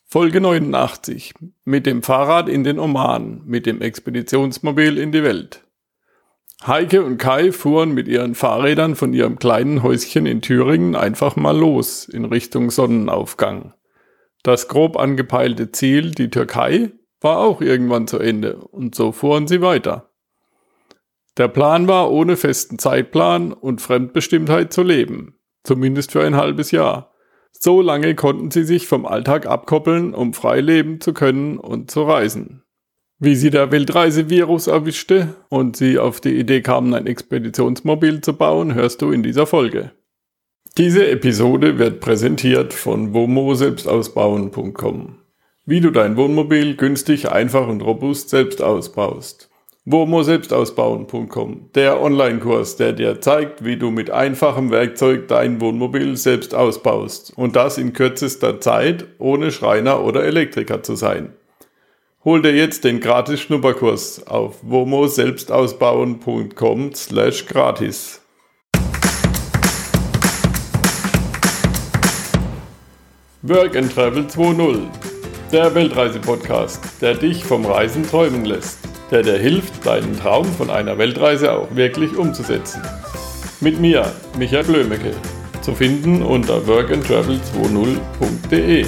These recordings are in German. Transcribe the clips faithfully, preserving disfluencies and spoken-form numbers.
Folge neunundachtzig. Mit dem Fahrrad in den Oman, mit dem Expeditionsmobil in die Welt. Heike und Kai fuhren mit ihren Fahrrädern von ihrem kleinen Häuschen in Thüringen einfach mal los in Richtung Sonnenaufgang. Das grob angepeilte Ziel, die Türkei, war auch irgendwann zu Ende und so fuhren sie weiter. Der Plan war, ohne festen Zeitplan und Fremdbestimmtheit zu leben, zumindest für ein halbes Jahr. So lange konnten sie sich vom Alltag abkoppeln, um frei leben zu können und zu reisen. Wie sie der Weltreisevirus erwischte und sie auf die Idee kamen, ein Expeditionsmobil zu bauen, hörst du in dieser Folge. Diese Episode wird präsentiert von womo selbstausbauen punkt com. Wie du dein Wohnmobil günstig, einfach und robust selbst ausbaust. womo selbstausbauen punkt com, der Online-Kurs, der dir zeigt, wie du mit einfachem Werkzeug dein Wohnmobil selbst ausbaust und das in kürzester Zeit, ohne Schreiner oder Elektriker zu sein. Hol dir jetzt den gratis Schnupperkurs auf womo selbstausbauen punkt com slash gratis. Work and Travel zwei punkt null, der Weltreise-Podcast, der dich vom Reisen träumen lässt, der dir hilft, deinen Traum von einer Weltreise auch wirklich umzusetzen. Mit mir, Michael Blömecke, zu finden unter work and travel zwei punkt null punkt de.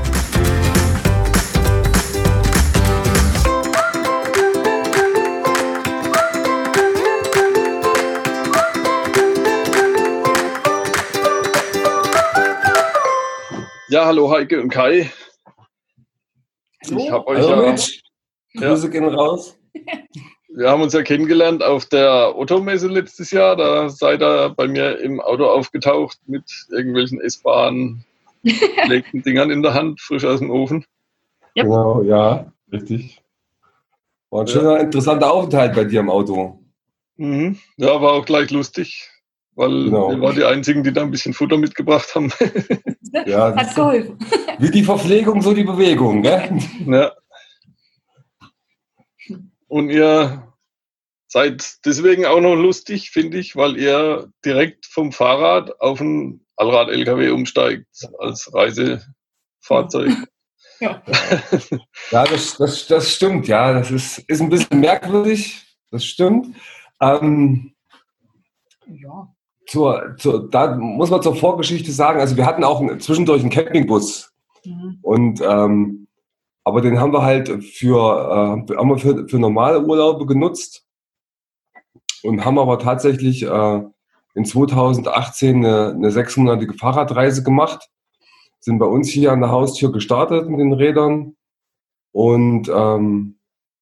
Ja, hallo Heike und Kai. Hallo. Ich habe euch hallo ja... Mitch. Grüße gehen raus. Wir haben uns ja kennengelernt auf der Otto-Messe letztes Jahr. Da seid ihr bei mir im Auto aufgetaucht mit irgendwelchen S-Bahn gelegten Dingern in der Hand, frisch aus dem Ofen. Yep. Genau, ja, richtig. War ein ja. schöner, interessanter Aufenthalt bei dir im Auto. Mhm. Ja, war auch gleich lustig, weil genau. wir waren die Einzigen, die da ein bisschen Futter mitgebracht haben. Ja, hat geholfen. Wie die Verpflegung, so die Bewegung, gell? Ja. Und ihr seid deswegen auch noch lustig, finde ich, weil ihr direkt vom Fahrrad auf ein Allrad-L K W umsteigt als Reisefahrzeug. Ja, ja das, das, das stimmt. Ja, das ist, ist ein bisschen merkwürdig. Das stimmt. Ähm, ja. Zur, zur, da muss man zur Vorgeschichte sagen, also wir hatten auch zwischendurch einen Campingbus. Mhm. Und ähm, aber den haben wir halt für, äh, haben wir für, für normale Urlaube genutzt und haben aber tatsächlich äh, in zweitausendachtzehn eine, eine sechsmonatige Fahrradreise gemacht. Sind bei uns hier an der Haustür gestartet mit den Rädern und ähm,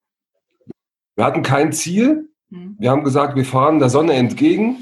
wir hatten kein Ziel. Wir haben gesagt, wir fahren der Sonne entgegen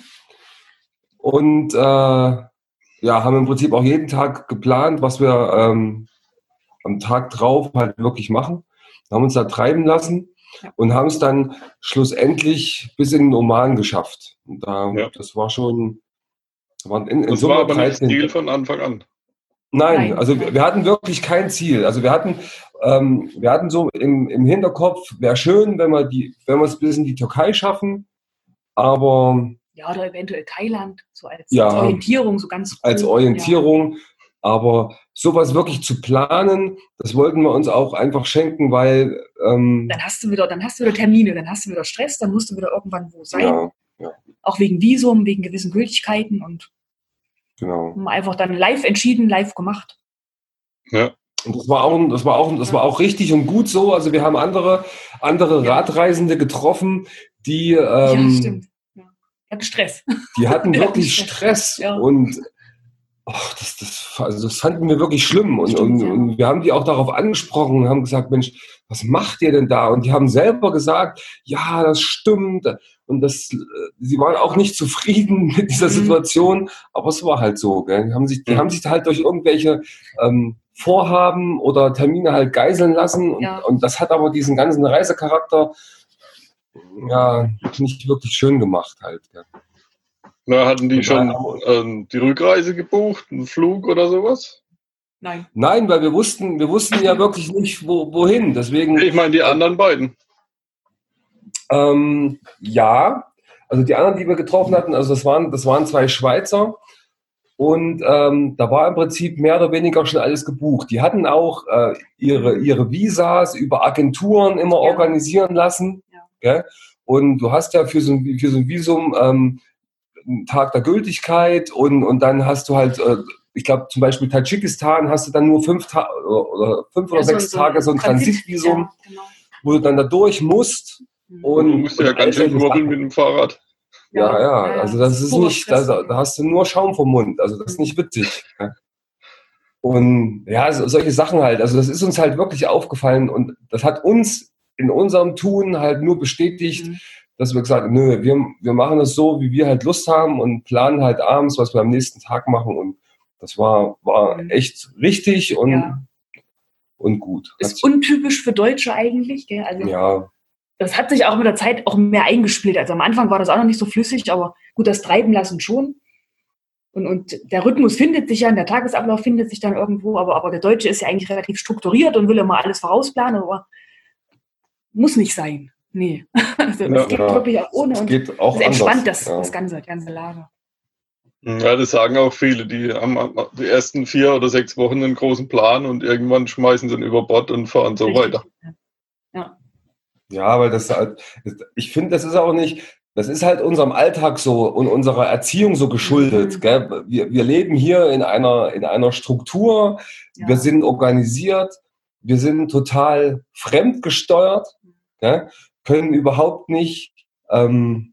und äh, ja, haben im Prinzip auch jeden Tag geplant, was wir ähm, am Tag drauf halt wirklich machen, haben uns da treiben lassen und haben es dann schlussendlich bis in den Oman geschafft. Und da, ja. Das war schon... Waren in, in das war aber nicht das Ziel von Anfang an. Nein, also wir, wir hatten wirklich kein Ziel. Also wir hatten, ähm, wir hatten so im, im Hinterkopf, wäre schön, wenn wir die, wenn wir es bis in die Türkei schaffen, aber... Ja, oder eventuell Thailand, so als, ja, als Orientierung, so ganz grob. Als Orientierung, ja. Aber sowas wirklich zu planen, das wollten wir uns auch einfach schenken, weil... Ähm, dann hast du wieder, dann hast du wieder Termine, dann hast du wieder Stress, dann musst du wieder irgendwann wo sein. Ja, ja. Auch wegen Visum, wegen gewissen Gültigkeiten und genau. Haben wir einfach dann live entschieden, live gemacht. Ja. Und das war auch, das war auch, das war auch richtig und gut so. Also wir haben andere, andere ja. Radreisende getroffen, die... Ähm, ja, stimmt. Ja. Die hatten Stress. Die hatten wirklich Stress. Ja. Und oh, das, das, also das fanden wir wirklich schlimm. Und, stimmt, und, ja. und wir haben die auch darauf angesprochen und haben gesagt, Mensch, was macht ihr denn da? Und die haben selber gesagt, ja, das stimmt. Und das, sie waren auch nicht zufrieden mit dieser Situation, aber es war halt so. Gell? Die haben sich, die mhm. haben sich halt durch irgendwelche ähm, Vorhaben oder Termine halt geiseln lassen. Und, ja. und das hat aber diesen ganzen Reisecharakter ja nicht wirklich schön gemacht halt. Gell? Na, hatten die und schon ähm, die Rückreise gebucht, einen Flug oder sowas? Nein. Nein, weil wir wussten, wir wussten ja wirklich nicht, wo, wohin. Deswegen. Ich meine die anderen beiden. Ähm, ja, also die anderen, die wir getroffen hatten, also das waren, das waren zwei Schweizer Und ähm, da war im Prinzip mehr oder weniger schon alles gebucht. Die hatten auch äh, ihre, ihre Visas über Agenturen immer Ja. organisieren lassen. Ja. Gell? Und du hast ja für so ein, für so ein Visum ähm, einen Tag der Gültigkeit und, und dann hast du halt, äh, ich glaube zum Beispiel Tadschikistan hast du dann nur fünf, Ta- oder fünf oder Ja, so- sechs so Tage so ein Transit- Transitvisum, Ja, genau. wo du dann da durch musst. Mhm. Und, Du musst ja und ganz schön solche kurbeln Sachen. mit dem Fahrrad. Ja, ja, also das ist purer nicht, da, Stress. da hast du nur Schaum vom Mund, also das ist Mhm. nicht witzig. Ja. Und ja, so, solche Sachen halt, also das ist uns halt wirklich aufgefallen und das hat uns in unserem Tun halt nur bestätigt, Mhm. dass wir gesagt haben, nö, wir, wir machen es so, wie wir halt Lust haben und planen halt abends, was wir am nächsten Tag machen und das war, war Mhm. echt richtig und, Ja. und gut. Hat Ist untypisch für Deutsche eigentlich, gell? Also ja, das hat sich auch mit der Zeit auch mehr eingespielt. Also am Anfang war das auch noch nicht so flüssig, aber gut, das Treiben lassen schon. Und, und der Rhythmus findet sich ja, der Tagesablauf findet sich dann irgendwo, aber, aber der Deutsche ist ja eigentlich relativ strukturiert und will immer alles vorausplanen, aber muss nicht sein. Nee. Also Ja, es geht ja. wirklich auch ohne es und geht auch es entspannt anders. das, ja. das ganze, ganze Lager. Ja, das sagen auch viele, die haben die ersten vier oder sechs Wochen einen großen Plan und irgendwann schmeißen sie ihn über Bord und fahren so Richtig. weiter. Ja. Ja, weil das halt, ich finde, das ist auch nicht, das ist halt unserem Alltag so und unserer Erziehung so geschuldet. Mhm. Gell? Wir, wir leben hier in einer, in einer Struktur, Ja. wir sind organisiert, wir sind total fremdgesteuert, gell? Können überhaupt nicht ähm,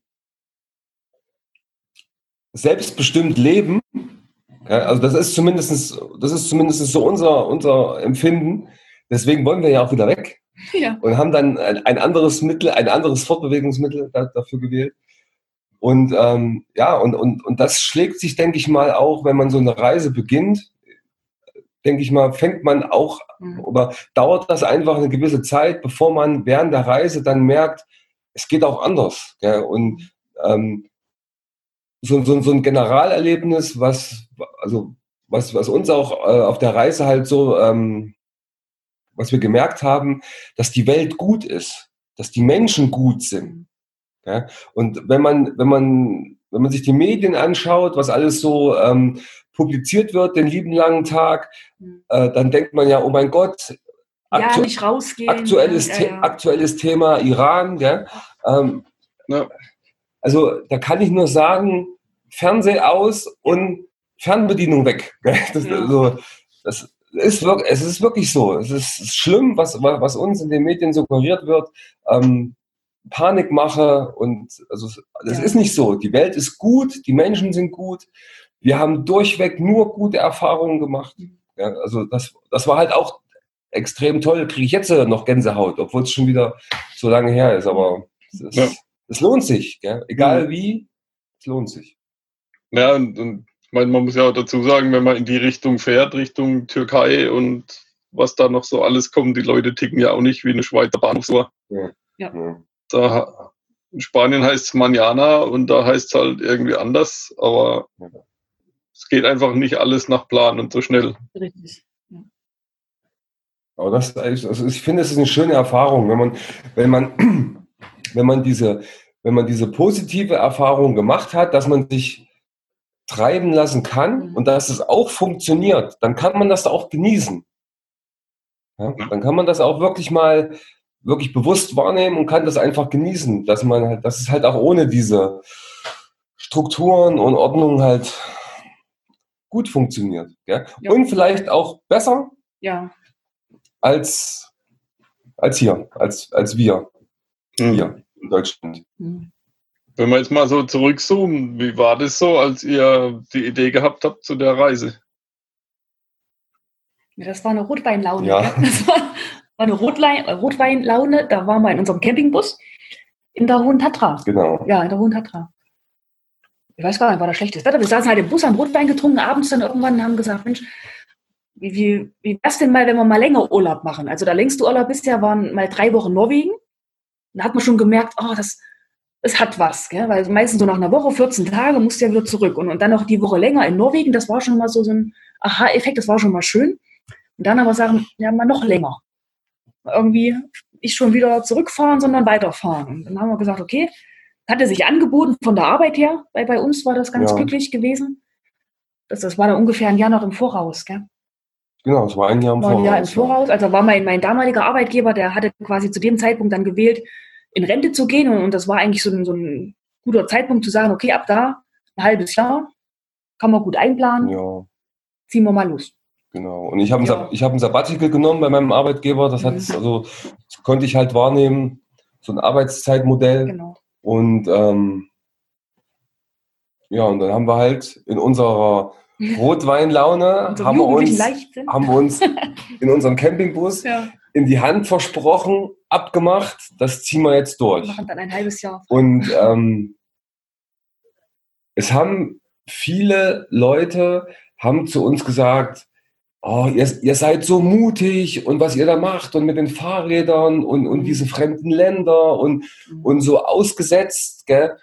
selbstbestimmt leben. Gell? Also das ist zumindest, das ist zumindest so unser, unser Empfinden. Deswegen wollen wir ja auch wieder weg. Ja. Und haben dann ein, ein anderes Mittel, ein anderes Fortbewegungsmittel da, dafür gewählt. Und ähm, ja, und, und, und das schlägt sich, denke ich mal, auch, wenn man so eine Reise beginnt, denke ich mal, fängt man auch, Mhm. oder dauert das einfach eine gewisse Zeit, bevor man während der Reise dann merkt, es geht auch anders. Gell? Und ähm, so, so, so ein Generalerlebnis, was, also, was, was uns auch äh, auf der Reise halt so ähm, was wir gemerkt haben, dass die Welt gut ist, dass die Menschen gut sind. Ja? Und wenn man, wenn man, wenn man sich die Medien anschaut, was alles so ähm, publiziert wird, den lieben langen Tag, äh, dann denkt man ja, oh mein Gott, Ja, aktu nicht rausgehen. aktuelles, ja, The ja. aktuelles Thema Iran. Gell? Ähm, Ja. also da kann ich nur sagen, Fernseher aus und Fernbedienung weg. Gell? Das, Ja. also, das, ist wirklich, es ist wirklich so. Es ist schlimm, was, was uns in den Medien suggeriert wird. Ähm, Panikmache und also das Ja. ist nicht so. Die Welt ist gut, die Menschen sind gut. Wir haben durchweg nur gute Erfahrungen gemacht. Ja, also das, das war halt auch extrem toll. Kriege ich jetzt noch Gänsehaut, obwohl es schon wieder so lange her ist. Aber es, ist, Ja. es lohnt sich. Gell? Egal wie, es lohnt sich. Ja, und, und ich meine, man muss ja auch dazu sagen, wenn man in die Richtung fährt, Richtung Türkei und was da noch so alles kommt, die Leute ticken ja auch nicht wie eine Schweizer Bahnhofsuhr. Ja. Ja. Ja. Da, in Spanien heißt es Manana und da heißt es halt irgendwie anders, aber Ja. es geht einfach nicht alles nach Plan und so schnell. Richtig. Aber das, also ich finde, es ist eine schöne Erfahrung, wenn man, wenn man, wenn man diese, wenn man diese positive Erfahrung gemacht hat, dass man sich treiben lassen kann Mhm. und dass es auch funktioniert, dann kann man das auch genießen. Ja? Dann kann man das auch wirklich mal wirklich bewusst wahrnehmen und kann das einfach genießen, dass man halt, dass es halt auch ohne diese Strukturen und Ordnung halt gut funktioniert. Gell? Ja. Und vielleicht auch besser Ja. als, als hier, als, als wir hier in Deutschland. Mhm. Wenn wir jetzt mal so zurückzoomen, wie war das so, als ihr die Idee gehabt habt zu der Reise? Ja, das war eine Rotweinlaune. Ja. Gell? Das war, war eine Rotwein, Rotweinlaune. Da waren wir in unserem Campingbus in der Hohen Tatra. Genau. Ja, in der Hohen Tatra. Ich weiß gar nicht, war da schlechtes Wetter. Wir saßen halt im Bus, haben Rotwein getrunken, abends dann irgendwann haben gesagt, Mensch, wie, wie, wie wär's denn mal, wenn wir mal länger Urlaub machen? Also der längste Urlaub bisher waren mal drei Wochen Norwegen. Da hat man schon gemerkt, oh, das, das hat was. Gell? Weil meistens so nach einer Woche, vierzehn Tage, musst du ja wieder zurück. Und, und dann noch die Woche länger in Norwegen, das war schon mal so, so ein Aha-Effekt, das war schon mal schön. Und dann aber sagen, ja, mal noch länger. Irgendwie nicht schon wieder zurückfahren, sondern weiterfahren. Und dann haben wir gesagt, okay, hatte sich angeboten von der Arbeit her, weil bei uns war das ganz Ja. glücklich gewesen. Das, das war dann ungefähr ein Jahr noch im Voraus, gell? Genau, es war ein Jahr im War Voraus. ein Jahr im Voraus. Also war mein, mein damaliger Arbeitgeber, der hatte quasi zu dem Zeitpunkt dann gewählt, in Rente zu gehen. Und, und das war eigentlich so ein, so ein guter Zeitpunkt zu sagen, okay, ab da, ein halbes Jahr, kann man gut einplanen, ja. Ziehen wir mal los. Genau. Und ich habe ein, Ja. ich hab ein Sabbatical genommen bei meinem Arbeitgeber. Das, hat, also, das konnte ich halt wahrnehmen, so ein Arbeitszeitmodell. Genau. Und ähm, ja, und dann haben wir halt in unserer Rotweinlaune haben wir, uns, haben wir uns in unserem Campingbus ja. in die Hand versprochen, abgemacht, das ziehen wir jetzt durch. Wir machen dann ein halbes Jahr. Und ähm, es haben viele Leute haben zu uns gesagt, oh, ihr, ihr seid so mutig und was ihr da macht und mit den Fahrrädern und, und diese fremden Länder und, und so ausgesetzt. Gell?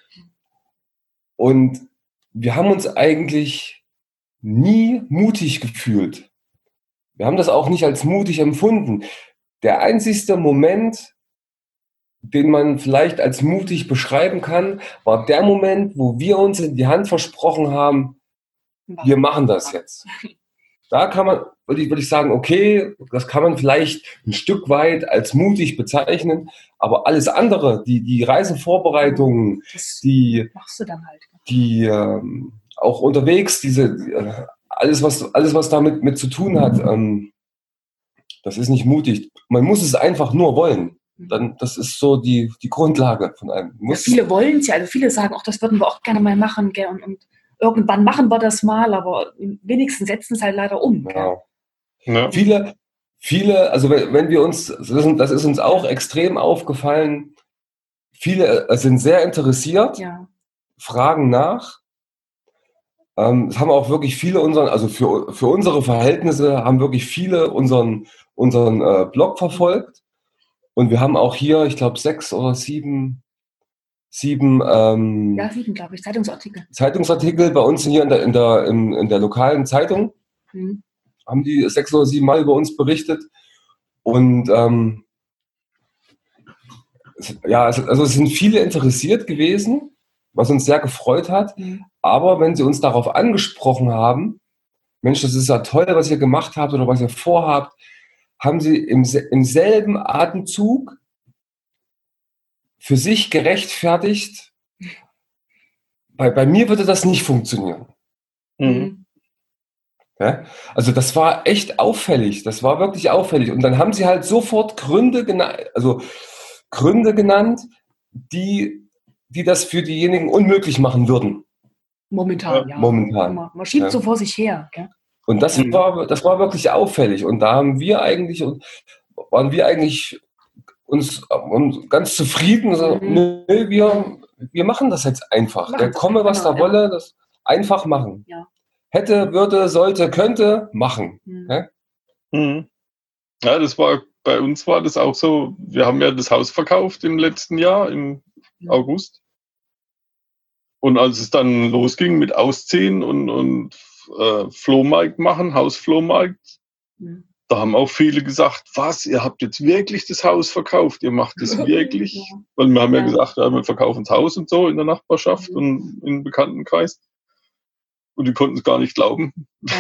Und wir haben uns eigentlich nie mutig gefühlt. Wir haben das auch nicht als mutig empfunden. Der einzigste Moment, den man vielleicht als mutig beschreiben kann, war der Moment, wo wir uns in die Hand versprochen haben, wir machen das jetzt. Da kann man, würde ich, würde ich sagen, okay, das kann man vielleicht ein Stück weit als mutig bezeichnen, aber alles andere, die, die Reisevorbereitungen, die, machst du dann halt. die ähm, auch unterwegs, diese, äh, alles, was, alles, was damit mit zu tun hat, ähm, das ist nicht mutig. Man muss es einfach nur wollen. Dann, das ist so die, die Grundlage von einem. Muss ja, viele wollen es ja, also viele sagen, auch das würden wir auch gerne mal machen, gell, und, und irgendwann machen wir das mal, aber wenigstens setzen es halt leider um. Ja. Ja. Viele, viele, also wenn, wenn wir uns, das ist uns auch extrem aufgefallen, viele sind sehr interessiert, ja. fragen nach. Ähm, es haben auch wirklich viele unseren, also für, für unsere Verhältnisse haben wirklich viele unseren, unseren äh, Blog verfolgt. Und wir haben auch hier, ich glaube, sechs oder sieben Sieben, ähm, ja, sieben, glaube ich, Zeitungsartikel. Zeitungsartikel bei uns hier in der, in der, in, in der lokalen Zeitung. Mhm. Haben die sechs oder sieben Mal über uns berichtet. Und ähm, es, ja, es, also es sind viele interessiert gewesen, was uns sehr gefreut hat. Mhm. Aber wenn sie uns darauf angesprochen haben, Mensch, das ist ja toll, was ihr gemacht habt oder was ihr vorhabt, haben sie im, im selben Atemzug für sich gerechtfertigt, bei, bei mir würde das nicht funktionieren. Mhm. Ja? Also das war echt auffällig, das war wirklich auffällig. Und dann haben sie halt sofort Gründe genannt, also Gründe genannt, die, die das für diejenigen unmöglich machen würden. Momentan, ja. Momentan. Man schiebt ja. so vor sich her. Gell? Und das, mhm. war, das war wirklich auffällig. Und da haben wir eigentlich, waren wir eigentlich uns ganz zufrieden, so, mhm. nö, wir, wir machen das jetzt einfach. Der komme, was da wolle, das einfach machen. Ja. Hätte, würde, sollte, könnte, machen. Mhm. Ja? Mhm. Ja, das war, bei uns war das auch so, wir haben ja das Haus verkauft im letzten Jahr, im ja. August. Und als es dann losging mit Ausziehen und, und äh, Flohmarkt machen, Hausflohmarkt, mhm. da haben auch viele gesagt, was, ihr habt jetzt wirklich das Haus verkauft, ihr macht das wirklich? Ja. Weil wir haben ja, ja gesagt, ja, wir verkaufen das Haus und so in der Nachbarschaft mhm. und im Bekanntenkreis. Und die konnten es gar nicht glauben.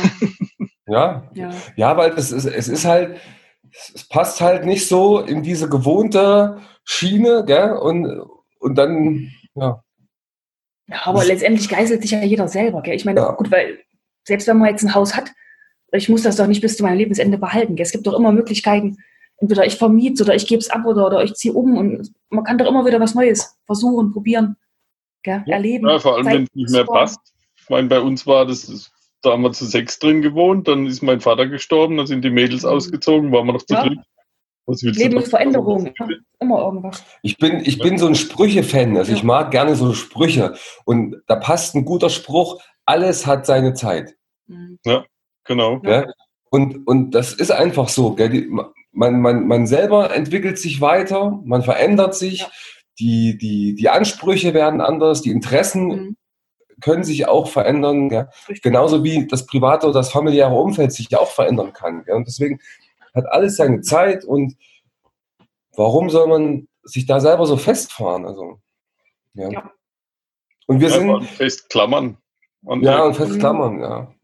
Ja, ja, ja, weil das ist, es ist halt, es passt halt nicht so in diese gewohnte Schiene, gell? Und, und dann, ja. Ja, aber das, letztendlich geißelt sich ja jeder selber, gell? Ich meine, ja. gut, weil selbst wenn man jetzt ein Haus hat, ich muss das doch nicht bis zu meinem Lebensende behalten. Gell? Es gibt doch immer Möglichkeiten, entweder ich vermiete oder ich gebe es ab oder, oder ich ziehe um und man kann doch immer wieder was Neues versuchen, probieren, gell? Ja. Erleben. Ja, vor allem, wenn es nicht mehr passt. Ich meine, bei uns war das, das, da haben wir zu sechs drin gewohnt, dann ist mein Vater gestorben, dann sind die Mädels mhm. ausgezogen, waren wir noch zu ja. dritt. Was willst Leben du ist Veränderung, ja, immer irgendwas. Ich bin, ich bin so ein Sprüche-Fan, also ja. ich mag gerne so Sprüche und da passt ein guter Spruch, alles hat seine Zeit. Ja, genau. Ja? Und, und das ist einfach so, gell? Die, man, man, man selber entwickelt sich weiter, man verändert sich, ja. die, die, die Ansprüche werden anders, die Interessen mhm. können sich auch verändern, gell? Genauso wie das private oder das familiäre Umfeld sich auch verändern kann. Gell? Und deswegen hat alles seine Zeit und warum soll man sich da selber so festfahren? Also, ja. ja. Und wir ja, sind festklammern. Und ja, und festklammern, ja.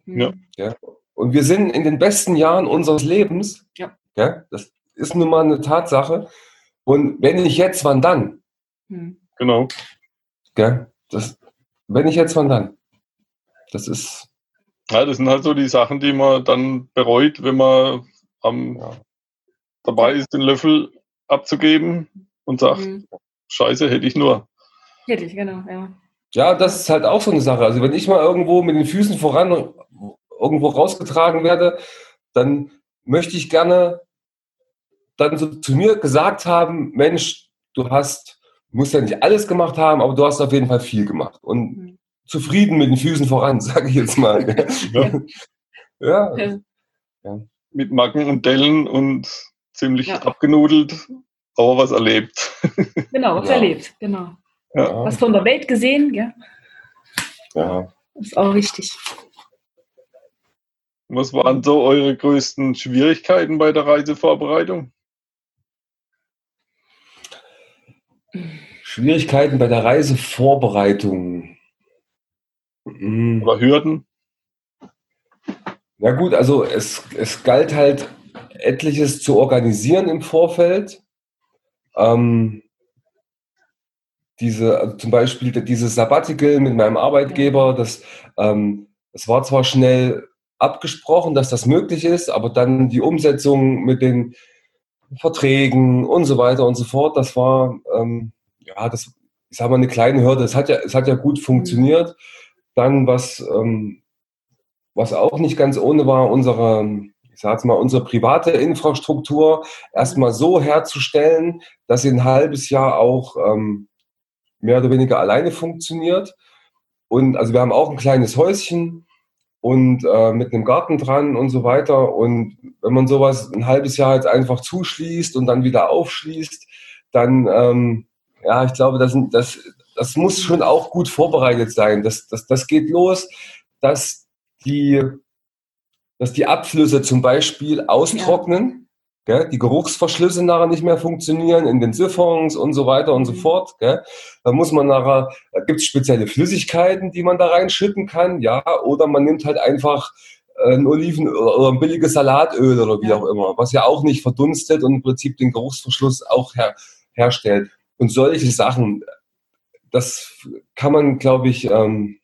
Ja. Ja. Und wir sind in den besten Jahren unseres Lebens. Ja. Ja. Das ist nun mal eine Tatsache. Und wenn nicht jetzt, wann dann? Mhm. Genau. Ja. Das, wenn nicht jetzt, wann dann? Das ist... Ja, das sind halt so die Sachen, die man dann bereut, wenn man am, Ja. dabei ist, den Löffel abzugeben und sagt, Mhm. Scheiße, hätte ich nur. Hätte ich, genau, ja. Ja, das ist halt auch so eine Sache. Also wenn ich mal irgendwo mit den Füßen voran irgendwo rausgetragen werde, dann möchte ich gerne dann so zu mir gesagt haben, Mensch, du hast, du musst ja nicht alles gemacht haben, aber du hast auf jeden Fall viel gemacht. Und Mhm. zufrieden mit den Füßen voran, sage ich jetzt mal. Ja. Ja. Ja. Ja. Mit Macken und Dellen und ziemlich Ja. abgenudelt, aber was erlebt. Genau, was Ja. erlebt, genau. Ja. Was von der Welt gesehen, gell? Ja. Ist auch richtig. Was waren so eure größten Schwierigkeiten bei der Reisevorbereitung? Schwierigkeiten bei der Reisevorbereitung. Mhm. Oder Hürden? Na gut, also es, es galt halt etliches zu organisieren im Vorfeld. Ähm, diese, also zum Beispiel dieses Sabbatical mit meinem Arbeitgeber, das, ähm, das war zwar schnell abgesprochen, dass das möglich ist, aber dann die Umsetzung mit den Verträgen und so weiter und so fort, das war, ähm, ja, das, ich sag mal, eine kleine Hürde. Es hat ja, es hat ja gut funktioniert. Dann, was, ähm, was auch nicht ganz ohne war, unsere, ich sag's mal, unsere private Infrastruktur erstmal so herzustellen, dass sie ein halbes Jahr auch ähm, mehr oder weniger alleine funktioniert. Und also wir haben auch ein kleines Häuschen und äh, mit einem Garten dran und so weiter. Und wenn man sowas ein halbes Jahr jetzt einfach zuschließt und dann wieder aufschließt, dann, ähm, ja, ich glaube, das, das, das muss schon auch gut vorbereitet sein. Das, das, das geht los, dass die, dass die Abflüsse zum Beispiel austrocknen, ja. Gell, die Geruchsverschlüsse nachher nicht mehr funktionieren in den Siphons und so weiter und so fort. Gell. Da muss man nachher, da gibt es spezielle Flüssigkeiten, die man da reinschütten kann, ja, oder man nimmt halt einfach ein Oliven- oder ein billiges Salatöl oder wie Ja. auch immer, was ja auch nicht verdunstet und im Prinzip den Geruchsverschluss auch her, herstellt. Und solche Sachen, das kann man, glaube ich, ähm,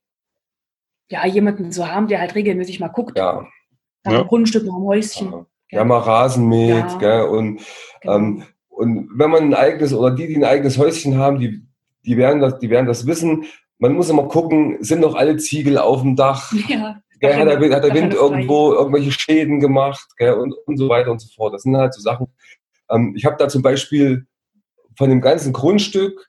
Ja, jemanden zu haben, der halt regelmäßig mal guckt. ja, Nach Ja. dem Grundstück, nach dem Häuschen. ja, ja, mal Rasen mäht, Ja. gell, und Genau. ähm, und wenn man ein eigenes oder die, die ein eigenes Häuschen haben, die, die, werden das, die werden das wissen. Man muss immer gucken, sind noch alle Ziegel auf dem Dach? Ja, Gell, hat der Wind, hat der Wind Dach frei. irgendwo irgendwelche Schäden gemacht, gell, und, und so weiter und so fort. Das sind halt so Sachen. Ähm, ich habe da zum Beispiel von dem ganzen Grundstück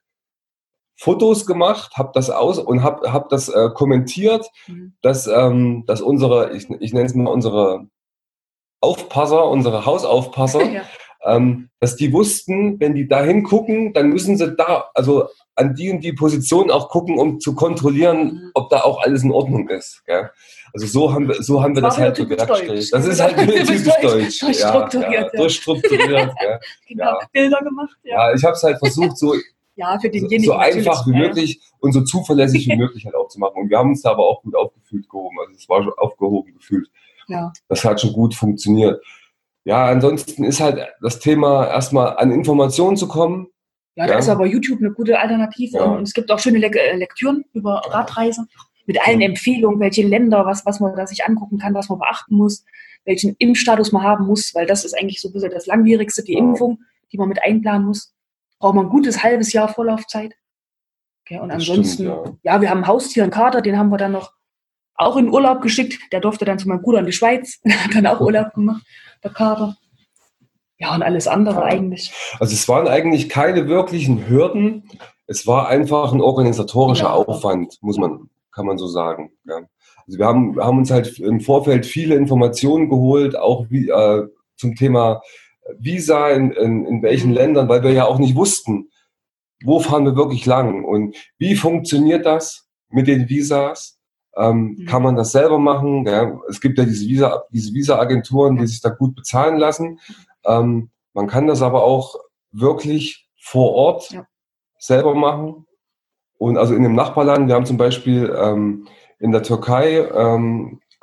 Fotos gemacht, habe das aus und habe hab das äh, kommentiert, Mhm. dass, ähm, dass unsere, ich, ich nenne es mal unsere Aufpasser, unsere Hausaufpasser, Ja. ähm, dass die wussten, wenn die da hingucken, dann müssen sie da, also an die und die Position auch gucken, um zu kontrollieren, Mhm. ob da auch alles in Ordnung ist. Gell? Also so haben wir, so haben wir Das das war halt wieder typisch bewerkstelligt. deutsch. Das ist halt wieder Typisch typisch deutsch. deutsch. Durchstrukturiert, Ja, ja. ja, durchstrukturiert. Gell? Genau, Ja. Bilder gemacht. Ja, Ja, ich habe es halt versucht, so, ja für so, denjenigen so einfach wie natürlich. möglich und so zuverlässig wie möglich halt auch zu machen. Und wir haben uns da aber auch gut aufgefühlt gehoben. Also es war schon aufgehoben gefühlt. Ja. Das hat schon gut funktioniert. Ja, ansonsten ist halt das Thema erstmal an Informationen zu kommen. Ja, da Ja. ist aber YouTube eine gute Alternative. Ja. Und es gibt auch schöne Le äh, Lektüren über Radreisen mit allen Mhm. Empfehlungen, welche Länder, was, was man da sich angucken kann, was man beachten muss, welchen Impfstatus man haben muss, weil das ist eigentlich so ein bisschen das Langwierigste, die Ja. Impfung, die man mit einplanen muss. Braucht man ein gutes halbes Jahr Vorlaufzeit. Okay, und Das ansonsten, stimmt, ja. ja, wir haben ein Haustier, einen Kater, den haben wir dann noch auch in Urlaub geschickt. Der durfte dann zu meinem Bruder in die Schweiz, hat dann auch Urlaub gemacht, der Kater. Ja, und alles andere Ja. eigentlich. Also es waren eigentlich keine wirklichen Hürden. Es war einfach ein organisatorischer Ja. Aufwand, muss man, kann man so sagen. Ja. Also wir haben, wir haben uns halt im Vorfeld viele Informationen geholt, auch wie, äh, zum Thema Visa in, in, in welchen Mhm. Ländern, weil wir ja auch nicht wussten, wo fahren wir wirklich lang und wie funktioniert das mit den Visas? Ähm, Mhm. Kann man das selber machen? Ja, es gibt ja diese Visa, diese Visa-Agenturen, die sich da gut bezahlen lassen. Ähm, man kann das aber auch wirklich vor Ort Ja. selber machen. Und also in dem Nachbarland, wir haben zum Beispiel ähm, in der Türkei ähm,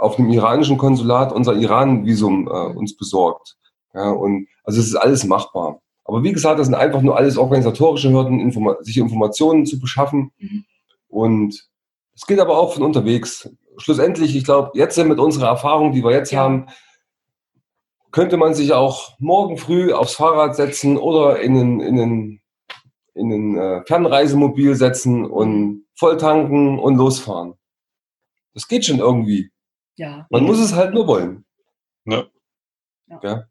auf einem iranischen Konsulat unser Iran-Visum äh, uns besorgt. Ja, und also es ist alles machbar. Aber wie gesagt, das sind einfach nur alles organisatorische Hürden, Informa- sich Informationen zu beschaffen. Mhm. Und es geht aber auch von unterwegs. Schlussendlich, ich glaube, jetzt mit unserer Erfahrung, die wir jetzt ja. haben, könnte man sich auch morgen früh aufs Fahrrad setzen oder in ein, in ein, in ein äh, Fernreisemobil setzen und voll tanken und losfahren. Das geht schon irgendwie. Ja. Man muss es halt nur wollen. Ja. Ja.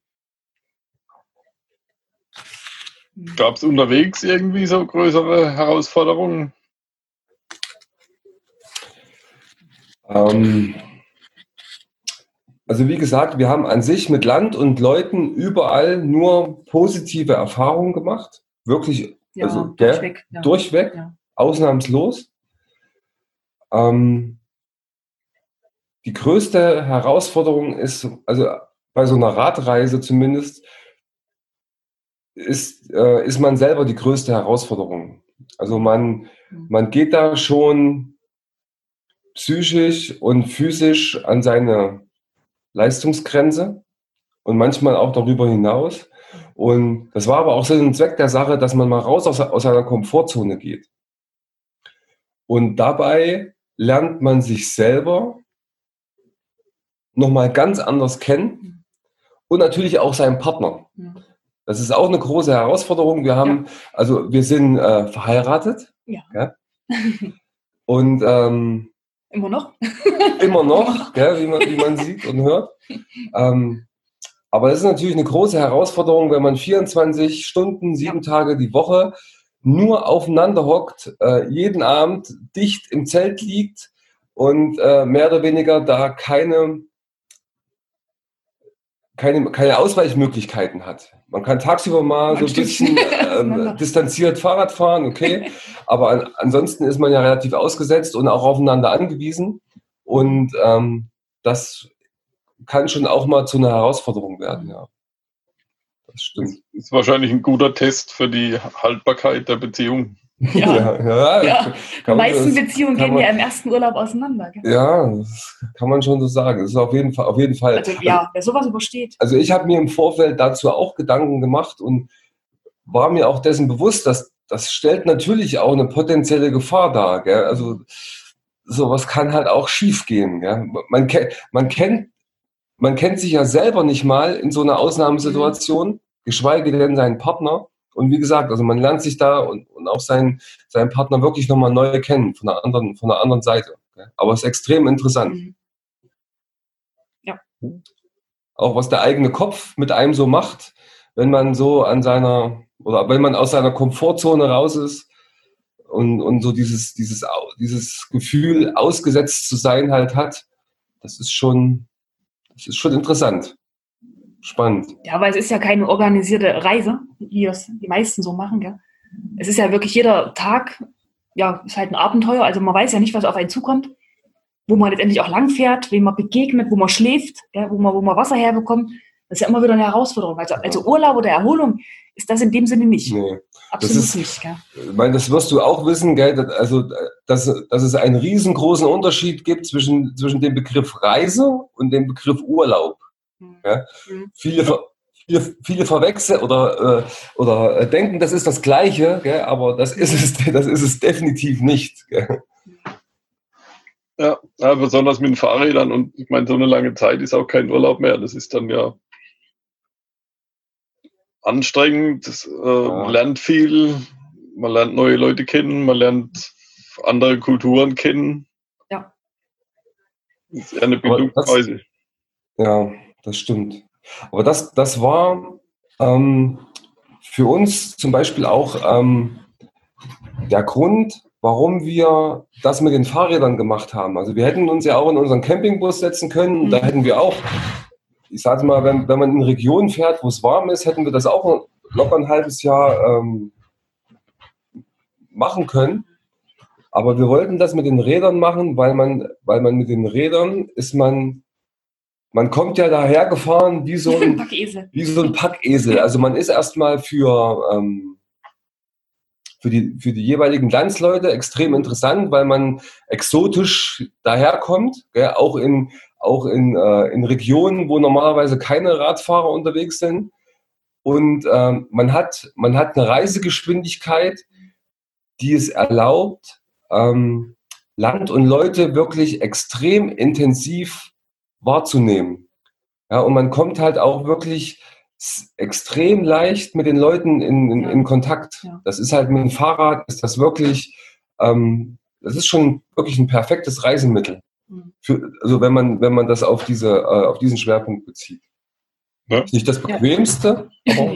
Gab es unterwegs irgendwie so größere Herausforderungen? Ähm, also wie gesagt, wir haben an sich mit Land und Leuten überall nur positive Erfahrungen gemacht. Wirklich, ja, also durchweg, ja, durchweg ja. ausnahmslos. Ähm, die größte Herausforderung ist, also bei so einer Radreise zumindest, ist, äh, ist man selber die größte Herausforderung. Also man, man geht da schon psychisch und physisch an seine Leistungsgrenze und manchmal auch darüber hinaus. Und das war aber auch Sinn und Zweck der Sache, dass man mal raus aus, aus seiner Komfortzone geht. Und dabei lernt man sich selber nochmal ganz anders kennen und natürlich auch seinen Partner. Das ist auch eine große Herausforderung. Wir haben, ja. also wir sind äh, verheiratet. Ja. Ja? Und ähm, immer noch. immer noch, gell, wie, man, wie man sieht und hört. Ähm, aber es ist natürlich eine große Herausforderung, wenn man vierundzwanzig Stunden, sieben ja. Tage die Woche nur aufeinander hockt, äh, jeden Abend dicht im Zelt liegt und äh, mehr oder weniger da keine Keine, keine Ausweichmöglichkeiten hat. Man kann tagsüber mal so ein bisschen äh, distanziert Fahrrad fahren, okay, aber an, ansonsten ist man ja relativ ausgesetzt und auch aufeinander angewiesen und ähm, das kann schon auch mal zu einer Herausforderung werden, ja. Das stimmt. Das ist wahrscheinlich ein guter Test für die Haltbarkeit der Beziehung. Ja, ja, ja. ja. Die meisten Beziehungen gehen man, ja im ersten Urlaub auseinander. Gell? Ja, das kann man schon so sagen. Das ist auf jeden Fall, auf jeden Fall. Also, ja, wer sowas übersteht. Also ich habe mir im Vorfeld dazu auch Gedanken gemacht und war mir auch dessen bewusst, dass das stellt natürlich auch eine potenzielle Gefahr dar. Gell? Also sowas kann halt auch schief gehen. Gell? Man, man, kennt, man kennt sich ja selber nicht mal in so einer Ausnahmesituation, mhm. geschweige denn seinen Partner. Und wie gesagt, also man lernt sich da und, und auch seinen, seinen Partner wirklich nochmal neu kennen, von der anderen, von der anderen Seite. Aber es ist extrem interessant. Mhm. Ja. Auch was der eigene Kopf mit einem so macht, wenn man so an seiner, oder wenn man aus seiner Komfortzone raus ist und, und so dieses, dieses, dieses Gefühl, ausgesetzt zu sein halt hat, das ist schon, das ist schon interessant. Spannend. Ja, weil es ist ja keine organisierte Reise, wie das die meisten so machen. Gell? Es ist ja wirklich jeder Tag, ja, ist halt ein Abenteuer. Also man weiß ja nicht, was auf einen zukommt, wo man letztendlich auch langfährt, wem man begegnet, wo man schläft, gell? wo man, wo man Wasser herbekommt. Das ist ja immer wieder eine Herausforderung. Also, also Urlaub oder Erholung ist das in dem Sinne nicht. Nee, absolut das ist, nicht. Gell? Ich meine, das wirst du auch wissen, gell? Also, dass, dass es einen riesengroßen Unterschied gibt zwischen, zwischen dem Begriff Reise und dem Begriff Urlaub. Ja? Mhm. Viele, viele, viele verwechseln oder, äh, oder denken, das ist das Gleiche, gell? Aber das ist es, das ist es definitiv nicht. Gell? Ja, ja, besonders mit den Fahrrädern und ich meine, so eine lange Zeit ist auch kein Urlaub mehr. Das ist dann ja anstrengend, das, äh, ja. Man lernt viel, man lernt neue Leute kennen, man lernt andere Kulturen kennen. Ja. Das ist eher eine Bildungsreise. Ja. Das stimmt. Aber das, das war ähm, für uns zum Beispiel auch ähm, der Grund, warum wir das mit den Fahrrädern gemacht haben. Also wir hätten uns ja auch in unseren Campingbus setzen können. Mhm. Da hätten wir auch, ich sage mal, wenn, wenn man in Regionen fährt, wo es warm ist, hätten wir das auch locker ein halbes Jahr ähm, machen können. Aber wir wollten das mit den Rädern machen, weil man, weil man mit den Rädern ist man Man kommt ja daher gefahren wie so ein Packesel. Wie so ein Packesel. Also man ist erstmal für, ähm, für, die, für die jeweiligen Landsleute extrem interessant, weil man exotisch daherkommt, gell? Auch, in, auch in, äh, in Regionen, wo normalerweise keine Radfahrer unterwegs sind. Und ähm, man hat, man hat eine Reisegeschwindigkeit, die es erlaubt, ähm, Land und Leute wirklich extrem intensiv wahrzunehmen. Ja, und man kommt halt auch wirklich extrem leicht mit den Leuten in, in, in Kontakt. Ja. Das ist halt mit dem Fahrrad, ist das wirklich, ähm, das ist schon wirklich ein perfektes Reisemittel. Mhm. Für, also wenn man, wenn man das auf diese, äh, auf diesen Schwerpunkt bezieht. Ja. Nicht das Bequemste, ja. aber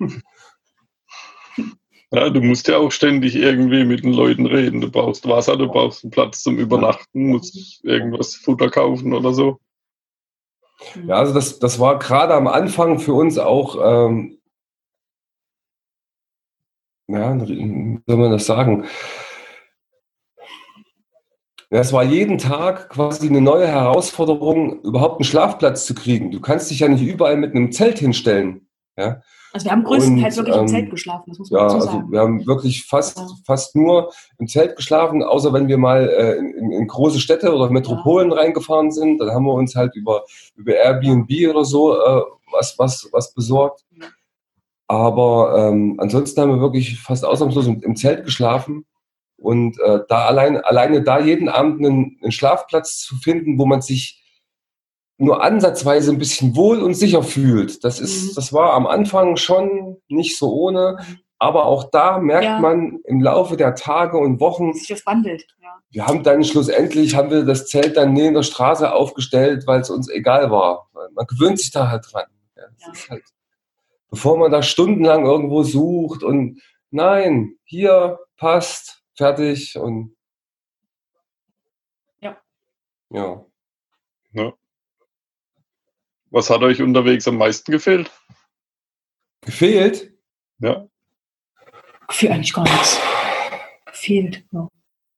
ja, du musst ja auch ständig irgendwie mit den Leuten reden. Du brauchst Wasser, du brauchst einen Platz zum Übernachten, musst irgendwas Futter kaufen oder so. Ja, also das, das war gerade am Anfang für uns auch, ähm, ja, wie soll man das sagen? Ja, es war jeden Tag quasi eine neue Herausforderung, überhaupt einen Schlafplatz zu kriegen. Du kannst dich ja nicht überall mit einem Zelt hinstellen. Ja? Also wir haben größtenteils wirklich ähm, im Zelt geschlafen, das muss man ja, dazu also sagen. wir haben wirklich fast, ja. fast nur im Zelt geschlafen, außer wenn wir mal äh, in, in große Städte oder Metropolen ja. reingefahren sind. Dann haben wir uns halt über, über Airbnb ja. oder so äh, was, was, was besorgt. Ja. Aber ähm, ansonsten haben wir wirklich fast ausnahmslos im, im Zelt geschlafen. Und äh, da allein, alleine da jeden Abend einen, einen Schlafplatz zu finden, wo man sich nur ansatzweise ein bisschen wohl und sicher fühlt. Das ist, mhm. das war am Anfang schon nicht so ohne, aber auch da merkt ja. man im Laufe der Tage und Wochen, sich das wandelt. Ja. Wir haben dann schlussendlich, haben wir das Zelt dann neben der Straße aufgestellt, weil es uns egal war. Man gewöhnt sich da halt dran. Ja, das ja. ist halt, bevor man da stundenlang irgendwo sucht und nein, hier passt, fertig und ja. Ja. ja. Was hat euch unterwegs am meisten gefehlt? Gefehlt? Ja. Gefehlt eigentlich gar nichts. Gefehlt, ja.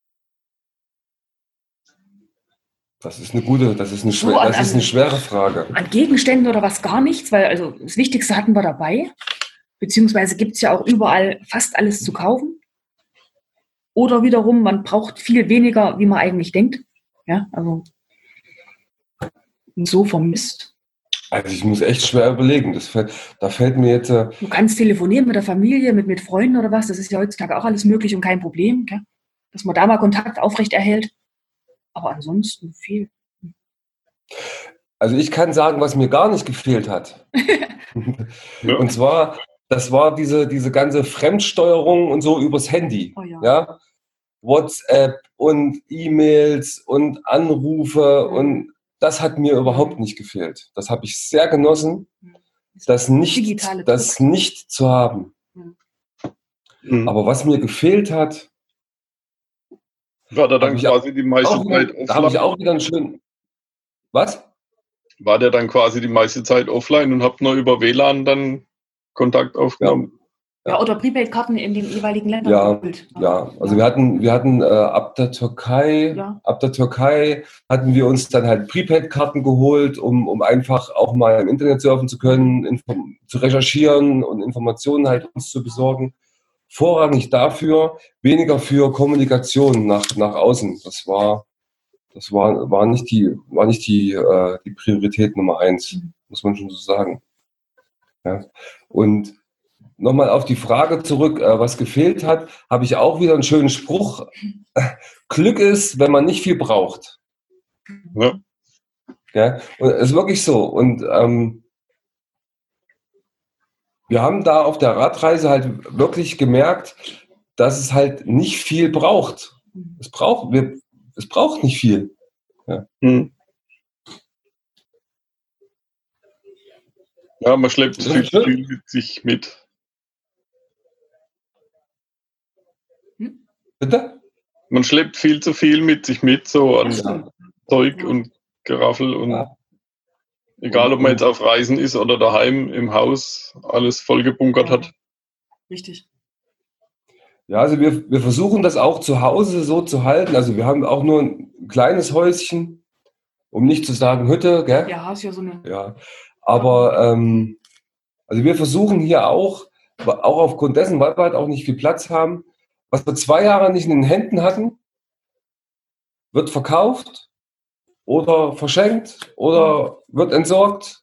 Das ist eine gute, das ist eine, schwer, so, an, das ist eine schwere Frage. An Gegenständen oder was gar nichts, weil also das Wichtigste hatten wir dabei. Beziehungsweise gibt es ja auch überall fast alles zu kaufen. Oder wiederum, man braucht viel weniger, wie man eigentlich denkt. Ja, also so vermisst. Also ich muss echt schwer überlegen. Das fällt, da fällt mir jetzt... Äh du kannst telefonieren mit der Familie, mit, mit Freunden oder was. Das ist ja heutzutage auch alles möglich und kein Problem. Gell? Dass man da mal Kontakt aufrecht erhält. Aber ansonsten viel. Also ich kann sagen, was mir gar nicht gefehlt hat. ja. Und zwar, das war diese, diese ganze Fremdsteuerung und so übers Handy. Oh ja. Ja? WhatsApp und E-Mails und Anrufe mhm. und das hat mir überhaupt nicht gefehlt. Das habe ich sehr genossen, das nicht, das nicht zu haben. Mhm. Aber was mir gefehlt hat, war da dann quasi die meiste auch, Zeit offline? Da habe ich auch wieder einen schönen... Was? War der dann quasi die meiste Zeit offline und habt nur über W L A N dann Kontakt aufgenommen? Ja. Ja, oder Prepaid-Karten in den jeweiligen Ländern. Ja, geholt. ja. Also ja. wir hatten, wir hatten äh, ab der Türkei, ja. ab der Türkei hatten wir uns dann halt Prepaid-Karten geholt, um, um einfach auch mal im Internet surfen zu können, inform- zu recherchieren und Informationen halt uns zu besorgen. Vorrangig dafür, weniger für Kommunikation nach, nach außen. Das war, das war, war nicht die, war nicht die, äh, die Priorität Nummer eins, mhm. muss man schon so sagen. Ja. Und nochmal auf die Frage zurück, äh, was gefehlt hat, habe ich auch wieder einen schönen Spruch. Glück ist, wenn man nicht viel braucht. Ja. Ja, und es ist wirklich so. Und ähm, wir haben da auf der Radreise halt wirklich gemerkt, dass es halt nicht viel braucht. Es braucht, wir, es braucht nicht viel. Ja. Hm. Ja, man schleppt viel, viel mit sich mit. Bitte? Man schleppt viel zu viel mit sich mit, so an ja. Zeug und Geraffel und ja. egal, ob man jetzt auf Reisen ist oder daheim im Haus alles vollgebunkert ja. hat. Richtig. Ja, also wir, wir versuchen das auch zu Hause so zu halten. Also wir haben auch nur ein kleines Häuschen, um nicht zu sagen Hütte, gell? Ja, ist ja so eine... Ja, aber ähm, also wir versuchen hier auch, auch aufgrund dessen, weil wir halt auch nicht viel Platz haben, was wir zwei Jahre nicht in den Händen hatten, wird verkauft oder verschenkt oder wird entsorgt.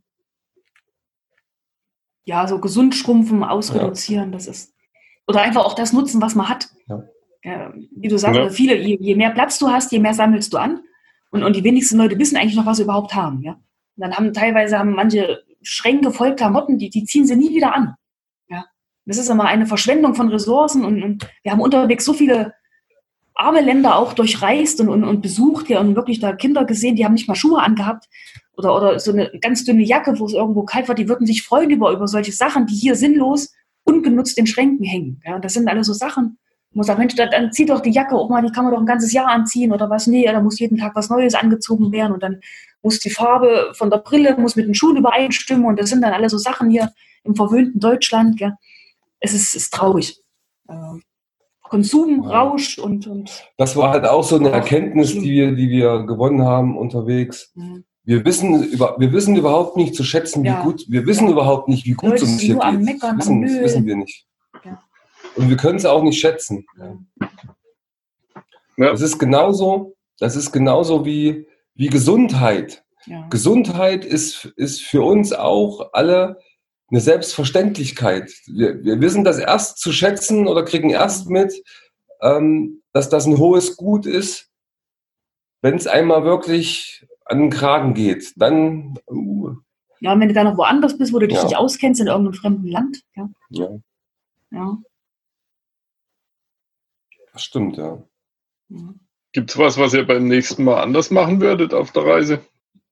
Ja, so gesund schrumpfen, ausreduzieren, ja. Das ist. Oder einfach auch das nutzen, was man hat. Ja. Ja, wie du sagst, ja. viele, je, je mehr Platz du hast, je mehr sammelst du an. Und, und die wenigsten Leute wissen eigentlich noch, was sie überhaupt haben. Ja? Und dann haben teilweise haben manche Schränke voll Klamotten, die, die ziehen sie nie wieder an. Ja? Das ist immer eine Verschwendung von Ressourcen. Und, und wir haben unterwegs so viele arme Länder auch durchreist und, und, und besucht ja, und wirklich da Kinder gesehen, die haben nicht mal Schuhe angehabt. Oder, oder so eine ganz dünne Jacke, wo es irgendwo kalt war, die würden sich freuen über, über solche Sachen, die hier sinnlos, ungenutzt in Schränken hängen. Ja, und das sind alles so Sachen, wo man sagt, Mensch, dann, dann zieh doch die Jacke auch mal, die kann man doch ein ganzes Jahr anziehen oder was. Nee, da muss jeden Tag was Neues angezogen werden und dann muss die Farbe von der Brille, muss mit den Schuhen übereinstimmen und das sind dann alle so Sachen hier im verwöhnten Deutschland. Gell. Es ist, ist traurig. Ähm, Konsum, ja. Rausch und, und... Das war halt auch so eine Erkenntnis, die wir, die wir gewonnen haben unterwegs. Mhm. Wir wissen, über, wir wissen überhaupt nicht zu schätzen, wie ja. gut, wir wissen ja. überhaupt nicht, wie gut es uns hier geht. Meckern, das wissen, das wissen wir nicht. Ja. Und wir können es auch nicht schätzen. Ja. Das ist genauso, das ist genauso wie, wie Gesundheit. Ja. Gesundheit ist, ist für uns auch alle eine Selbstverständlichkeit. Wir, wir wissen das erst zu schätzen oder kriegen erst mit, ähm, dass das ein hohes Gut ist, wenn es einmal wirklich an den Kragen geht. Dann. Uh. Ja, und wenn du da noch woanders bist, wo du dich ja. nicht auskennst, in irgendeinem fremden Land. Ja. Ja. ja. Das stimmt, ja. ja. Gibt es was, was ihr beim nächsten Mal anders machen würdet auf der Reise?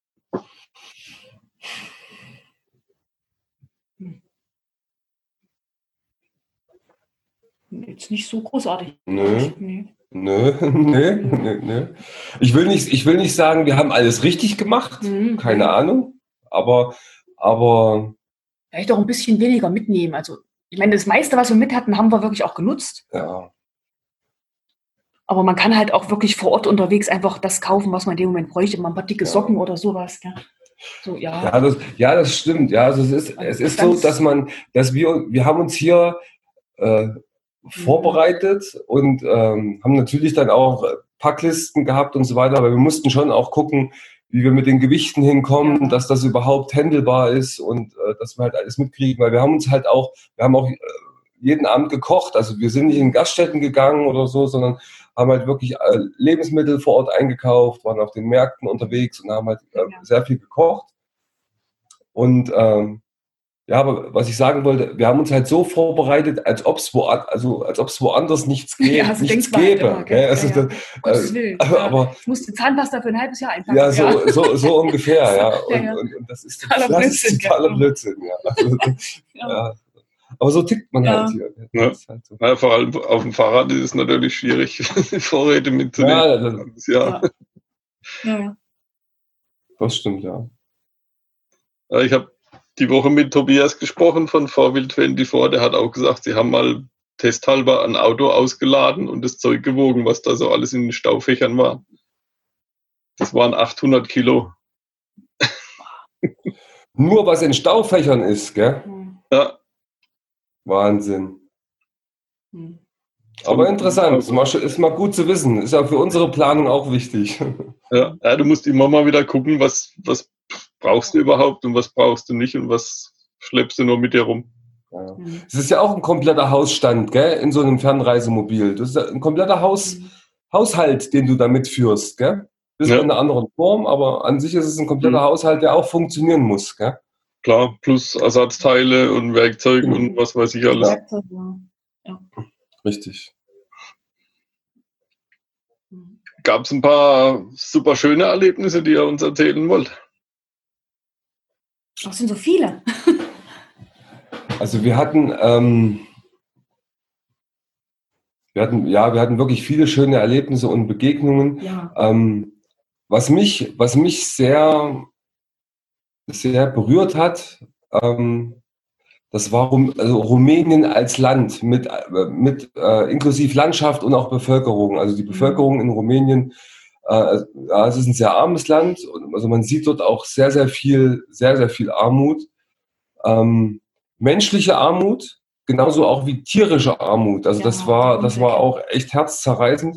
Jetzt nicht so großartig. Nö. Nee. Nö, nö, nö, nö. Ich will nicht, ich will nicht sagen, wir haben alles richtig gemacht. Mhm. Keine Ahnung. Aber, aber. Vielleicht auch ein bisschen weniger mitnehmen. Also, ich meine, das meiste, was wir mit hatten, haben wir wirklich auch genutzt. Ja. Aber man kann halt auch wirklich vor Ort unterwegs einfach das kaufen, was man in dem Moment bräuchte. Mal ein paar dicke Socken ja. oder sowas. Ja. So, ja. Ja, das, ja, das stimmt. Ja, also es ist, also es ist so, dass man, dass wir, wir haben uns hier äh, vorbereitet und ähm, haben natürlich dann auch Packlisten gehabt und so weiter, aber wir mussten schon auch gucken, wie wir mit den Gewichten hinkommen, ja. dass das überhaupt handelbar ist und äh, dass wir halt alles mitkriegen, weil wir haben uns halt auch, wir haben auch äh, jeden Abend gekocht, also wir sind nicht in Gaststätten gegangen oder so, sondern haben halt wirklich äh, Lebensmittel vor Ort eingekauft, waren auf den Märkten unterwegs und haben halt äh, ja. sehr viel gekocht und ähm, ja, aber was ich sagen wollte, wir haben uns halt so vorbereitet, als ob es wo, also, woanders nichts, gäbe, ja, nichts gäbe. Immer, okay. ja, also ja, ja. Das, äh, aber, aber, ich musste Zahnpasta für ein halbes Jahr einpacken. Ja, so, ja. so, so ungefähr, ja. Und, ja. Und, und das ist totaler Blödsinn. Totaler Blödsinn, ja. Also, ja. ja. Aber so tickt man ja. halt hier. Ja. Halt so. Ja, vor allem auf dem Fahrrad ist es natürlich schwierig, Vorräte mitzunehmen. Ja, das, ja. Ja. Ja. Das stimmt, ja. Ich habe die Woche mit Tobias gesprochen von four wheel twenty-four, der hat auch gesagt, sie haben mal testhalber ein Auto ausgeladen und das Zeug gewogen, was da so alles in den Staufächern war. Das waren achthundert Kilo. Nur was in Staufächern ist, gell? Ja. Wahnsinn. Hm. Aber interessant, ist mal, ist mal gut zu wissen. Ist ja für unsere Planung auch wichtig. Ja, ja, du musst immer mal wieder gucken, was, was brauchst du überhaupt und was brauchst du nicht und was schleppst du nur mit dir rum. Ja. Es ist ja auch ein kompletter Hausstand, gell, in so einem Fernreisemobil. Das ist ja ein kompletter Haus, mhm. Haushalt, den du da mitführst, gell? Bisschen ja. in einer anderen Form, aber an sich ist es ein kompletter mhm. Haushalt, der auch funktionieren muss, gell? Klar, plus Ersatzteile und Werkzeug mhm. und was weiß ich alles. Werkzeug, ja. Ja. Richtig. Gab es ein paar super schöne Erlebnisse, die ihr uns erzählen wollt? Das sind so viele. Also wir hatten, ähm, wir hatten, ja, wir hatten wirklich viele schöne Erlebnisse und Begegnungen. Ja. Ähm, was mich, was mich sehr, sehr berührt hat, ähm, das war Rum, also Rumänien als Land mit, mit äh, inklusive Landschaft und auch Bevölkerung. Also die Bevölkerung in Rumänien, äh, ja, es ist ein sehr armes Land. Also man sieht dort auch sehr, sehr viel, sehr, sehr viel Armut. Ähm, menschliche Armut, genauso auch wie tierische Armut. Also ja, das war, das war auch echt herzzerreißend.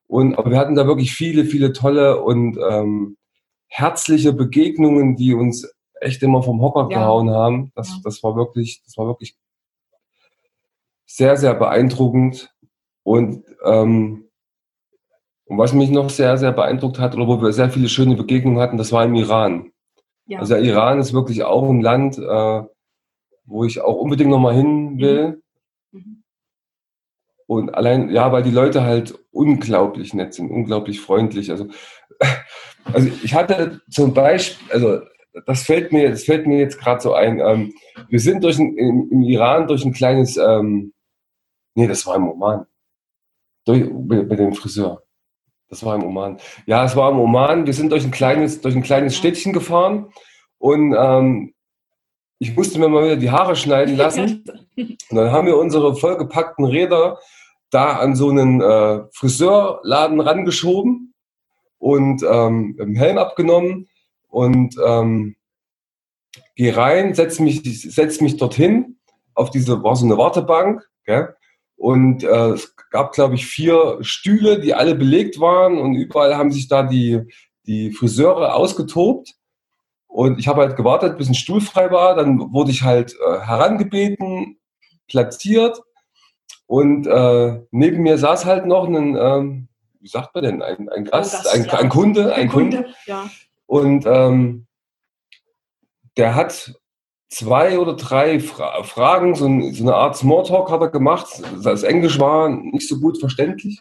Und, aber wir hatten da wirklich viele, viele tolle und ähm, herzliche Begegnungen, die uns echt immer vom Hocker Ja. gehauen haben. Das, Ja. das war wirklich, das war wirklich sehr, sehr beeindruckend. Und, ähm, und was mich noch sehr, sehr beeindruckt hat, oder wo wir sehr viele schöne Begegnungen hatten, das war im Iran. Ja. Also der Iran ist wirklich auch ein Land, äh, wo ich auch unbedingt nochmal hin will. Mhm. Und allein, ja, weil die Leute halt unglaublich nett sind, unglaublich freundlich. Also, also ich hatte zum Beispiel, also das fällt mir, das fällt mir jetzt gerade so ein. Ähm, wir sind durch ein, im, im Iran durch ein kleines, ähm, nee, das war im Oman, durch, bei, bei dem Friseur. Das war im Oman. Ja, es war im Oman. Wir sind durch ein kleines, durch ein kleines Städtchen gefahren und ähm, ich musste mir mal wieder die Haare schneiden lassen. Und dann haben wir unsere vollgepackten Räder da an so einen äh, Friseurladen rangeschoben und ähm, im Helm abgenommen und ähm, gehe rein, setz mich, setz mich dorthin auf diese, war so eine Wartebank, gell? Und äh, es gab, glaube ich, vier Stühle, die alle belegt waren und überall haben sich da die, die Friseure ausgetobt. Und ich habe halt gewartet, bis ein Stuhl frei war. Dann wurde ich halt äh, herangebeten, platziert. Und äh, neben mir saß halt noch ein, ähm, wie sagt man denn, ein, ein Gast, Gast, ein, ja. ein Kunde, ein Ein Kunde. Kunde, ja. Und ähm, der hat zwei oder drei Fra Fragen, so, ein, so eine Art Smalltalk hat er gemacht. Das Englisch war nicht so gut verständlich.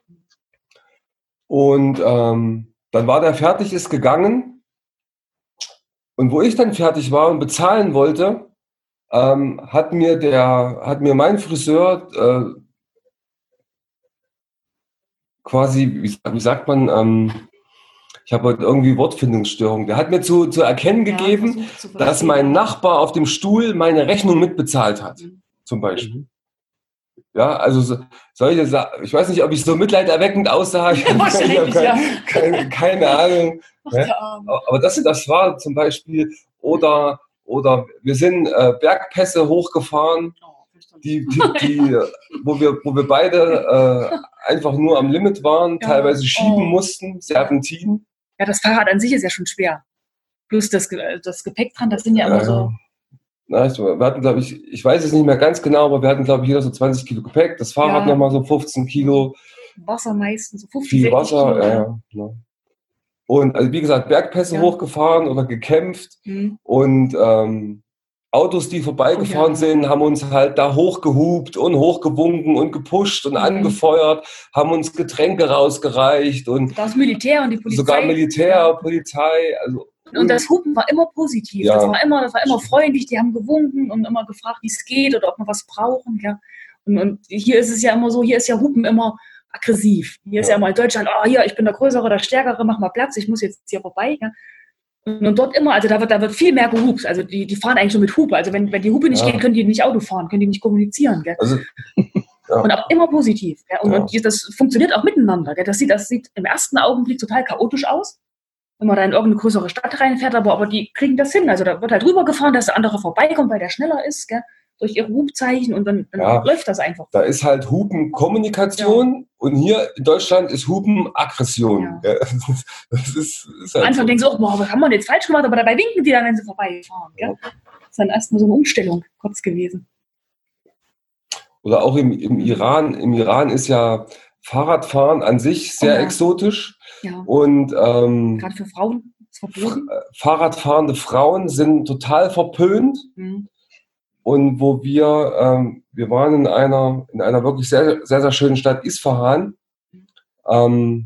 Und ähm, dann war der fertig, ist gegangen. Und wo ich dann fertig war und bezahlen wollte, ähm, hat mir der, hat mir mein Friseur äh, quasi, wie, wie sagt man, ähm, ich habe heute irgendwie Wortfindungsstörung. Der hat mir zu, zu erkennen Ja, gegeben, zu dass mein Nachbar auf dem Stuhl meine Rechnung mitbezahlt hat, mhm. zum Beispiel. Mhm. Ja, also so, solche Sachen. Ich weiß nicht, ob ich so mitleiderweckend aussah. Ich habe keine, ja. keine, keine Ahnung. Ach, ne? Aber das, das war zum Beispiel, oder, oder wir sind äh, Bergpässe hochgefahren, die, die, die, wo, wir, wo wir beide äh, einfach nur am Limit waren, ja. teilweise schieben oh. mussten, Serpentinen. Ja, das Fahrrad an sich ist ja schon schwer. Plus das, das Gepäck dran, das sind ja immer äh, so... Na, wir hatten, glaube ich, ich weiß es nicht mehr ganz genau, aber wir hatten, glaube ich, jeder so zwanzig Kilo Gepäck. Das Fahrrad ja. nochmal so fünfzehn Kilo. Wasser meistens, so fünfzig, viel Wasser, Kilo. Ja, ja. Und also wie gesagt, Bergpässe ja. hochgefahren oder gekämpft. Mhm. Und ähm, Autos, die vorbeigefahren oh, ja. sind, haben uns halt da hochgehupt und hochgewunken und gepusht und mhm. angefeuert, haben uns Getränke rausgereicht. Und das Militär und die Polizei. Sogar Militär, ja. Polizei, also und das Hupen war immer positiv, ja. das war immer, das war immer freundlich, die haben gewunken und immer gefragt, wie es geht oder ob wir was brauchen. Ja. Und, und hier ist es ja immer so, hier ist ja Hupen immer aggressiv. Hier ja. ist ja immer in Deutschland, oh hier, ich bin der Größere, der Stärkere, mach mal Platz, ich muss jetzt hier vorbei. Ja. Und, und dort immer, also da wird, da wird viel mehr gehupt. Also die, die fahren eigentlich so mit Hupe. Also wenn, wenn die Hupe nicht ja. geht, können die nicht Auto fahren, können die nicht kommunizieren. Gell. Also, ja. Und auch immer positiv. Gell. Und, ja. und das funktioniert auch miteinander. Gell. Das sieht, das sieht im ersten Augenblick total chaotisch aus, wenn man da in irgendeine größere Stadt reinfährt, aber, aber die kriegen das hin. Also da wird halt rübergefahren, dass der andere vorbeikommt, weil der schneller ist, gell, durch ihre Hubzeichen und dann, dann ja, läuft das einfach. Da ist halt Hupen-Kommunikation ja. und hier in Deutschland ist Hupen-Aggression. Ja. Das ist, ist halt Am Anfang so. denken sie auch, boah, was haben wir jetzt falsch gemacht, aber dabei winken die dann, wenn sie vorbeifahren. Gell? Ja. Das ist dann erstmal so eine Umstellung kurz gewesen. Oder auch im, im Iran. Im Iran ist ja Fahrradfahren an sich sehr oh ja. exotisch. Ja. Und ähm, gerade für Frauen ist verboten. Fahrradfahrende Frauen sind total verpönt. Mhm. Und wo wir, ähm, wir waren in einer, in einer wirklich sehr, sehr, sehr schönen Stadt, Isfahan. Mhm. Ähm,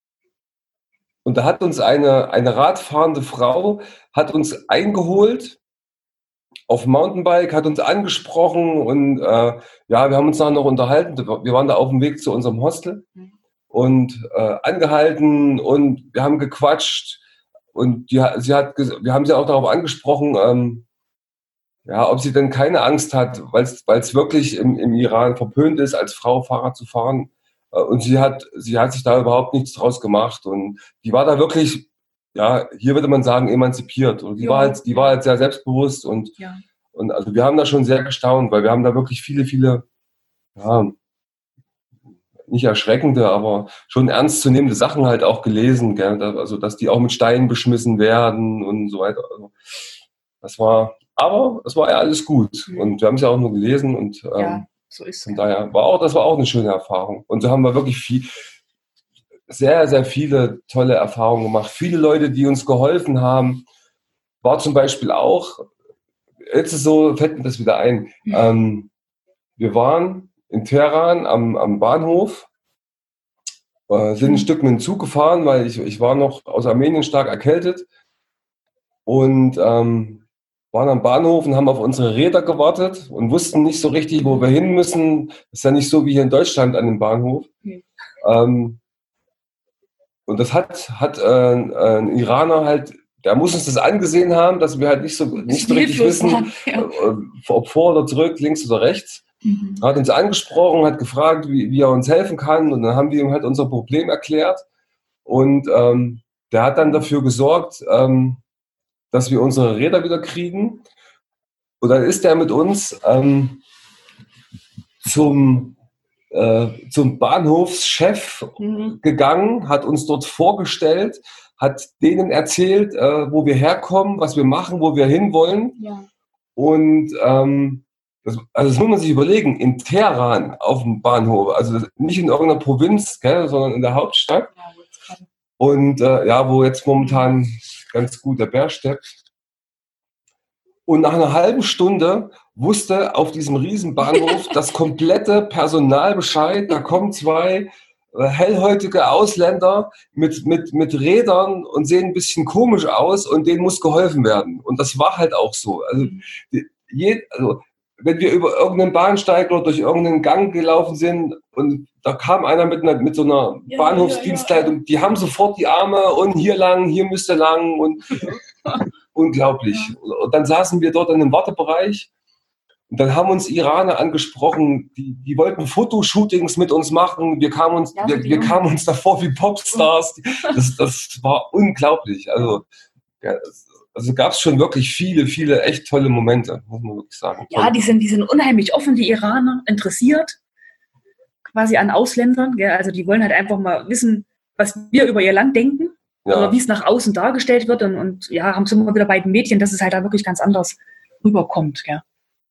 und da hat uns eine, eine radfahrende Frau, hat uns eingeholt auf dem Mountainbike, hat uns angesprochen und äh, ja, wir haben uns nachher noch unterhalten. Wir waren da auf dem Weg zu unserem Hostel. Mhm. Und äh, angehalten und wir haben gequatscht und die, sie hat, wir haben sie auch darauf angesprochen, ähm, ja, ob sie denn keine Angst hat, weil es wirklich im, im Iran verpönt ist, als Frau Fahrrad zu fahren. Äh, und sie hat, sie hat sich da überhaupt nichts draus gemacht und die war da wirklich, ja, hier würde man sagen, emanzipiert. Und die, ja. war, halt, die war halt sehr selbstbewusst und, ja. und also wir haben da schon sehr gestaunt, weil wir haben da wirklich viele, viele, ja, nicht erschreckende, aber schon ernstzunehmende Sachen halt auch gelesen, gell? Also dass die auch mit Steinen beschmissen werden und so weiter. Also, das war, aber es war ja alles gut und wir haben es ja auch nur gelesen und ähm, ja, so ist es. Von daher war auch, das war auch eine schöne Erfahrung. Und so haben wir wirklich viel, sehr, sehr viele tolle Erfahrungen gemacht. Viele Leute, die uns geholfen haben, war zum Beispiel auch, jetzt ist so, fällt mir das wieder ein, mhm. ähm, wir waren in Teheran am, am Bahnhof, äh, sind ein mhm. Stück mit dem Zug gefahren, weil ich, ich war noch aus Armenien stark erkältet und ähm, waren am Bahnhof und haben auf unsere Räder gewartet und wussten nicht so richtig, wo wir hin müssen. Das ist ja nicht so wie hier in Deutschland an dem Bahnhof. Mhm. Ähm, und das hat, hat äh, ein Iraner halt, der muss uns das angesehen haben, dass wir halt nicht so, nicht so richtig wissen, waren, ja. äh, ob vor oder zurück, links oder rechts. Mhm. Hat uns angesprochen, hat gefragt, wie, wie er uns helfen kann und dann haben wir ihm halt unser Problem erklärt und ähm, der hat dann dafür gesorgt, ähm, dass wir unsere Räder wieder kriegen und dann ist er mit uns ähm, zum, äh, zum Bahnhofschef mhm. gegangen, hat uns dort vorgestellt, hat denen erzählt, äh, wo wir herkommen, was wir machen, wo wir hinwollen ja. und ähm, Das, also das muss man sich überlegen, in Teheran auf dem Bahnhof, also nicht in irgendeiner Provinz, gell, sondern in der Hauptstadt. Und äh, ja, wo jetzt momentan ganz gut der Bär steppt. Und nach einer halben Stunde wusste auf diesem riesen Bahnhof das komplette Personal Bescheid. Da kommen zwei äh, hellhäutige Ausländer mit, mit, mit Rädern und sehen ein bisschen komisch aus und denen muss geholfen werden. Und das war halt auch so. Also, die, je, also wenn wir über irgendeinen Bahnsteig oder durch irgendeinen Gang gelaufen sind und da kam einer mit, einer, mit so einer ja, Bahnhofsdienstleitung, ja, ja. die haben sofort die Arme und hier lang, hier müsste lang und unglaublich. Ja. Und dann saßen wir dort in einem Wartebereich und dann haben uns Iraner angesprochen, die, die wollten Fotoshootings mit uns machen, wir kamen uns, ja, wir, wir kamen uns davor wie Popstars. Das, das war unglaublich. Also, ja, das, Also gab es schon wirklich viele, viele echt tolle Momente, muss man wirklich sagen. Ja, die sind, die sind unheimlich offen, die Iraner, interessiert quasi an Ausländern. Gell? Also die wollen halt einfach mal wissen, was wir über ihr Land denken ja. oder wie es nach außen dargestellt wird. Und, und ja, haben es immer wieder bei den Medien, dass es halt da wirklich ganz anders rüberkommt. Gell?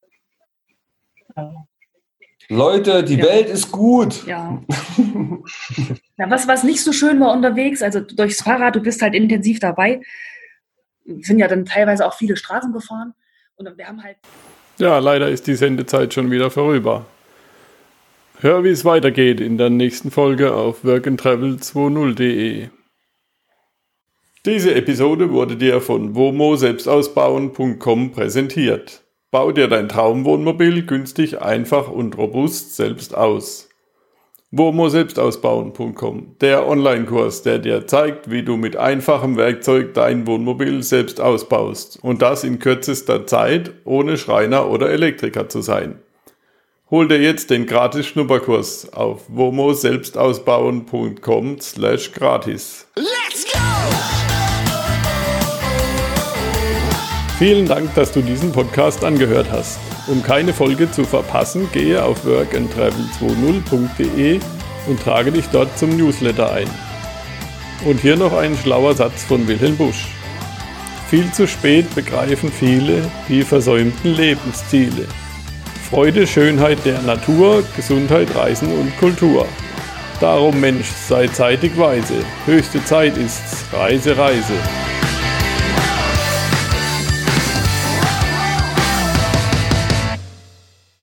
Also. Leute, die ja. Welt ist gut. Ja. ja was, was nicht so schön war unterwegs, also durchs Fahrrad, du bist halt intensiv dabei. Wir sind ja dann teilweise auch viele Straßen gefahren und wir haben halt... Ja, leider ist die Sendezeit schon wieder vorüber. Hör, wie es weitergeht in der nächsten Folge auf work and travel zwei null punkt de. Diese Episode wurde dir von womo selbstausbauen punkt com präsentiert. Bau dir dein Traumwohnmobil günstig, einfach und robust selbst aus. womo selbstausbauen punkt com, der Online-Kurs, der dir zeigt, wie du mit einfachem Werkzeug dein Wohnmobil selbst ausbaust und das in kürzester Zeit, ohne Schreiner oder Elektriker zu sein. Hol dir jetzt den gratis Schnupperkurs auf womo selbstausbauen punkt com slash gratis. Let's go! Vielen Dank, dass du diesen Podcast angehört hast. Um keine Folge zu verpassen, gehe auf work and travel zwei null punkt de und trage dich dort zum Newsletter ein. Und hier noch ein schlauer Satz von Wilhelm Busch. Viel zu spät begreifen viele die versäumten Lebensziele. Freude, Schönheit der Natur, Gesundheit, Reisen und Kultur. Darum Mensch, sei zeitig weise. Höchste Zeit ist's, Reise, Reise.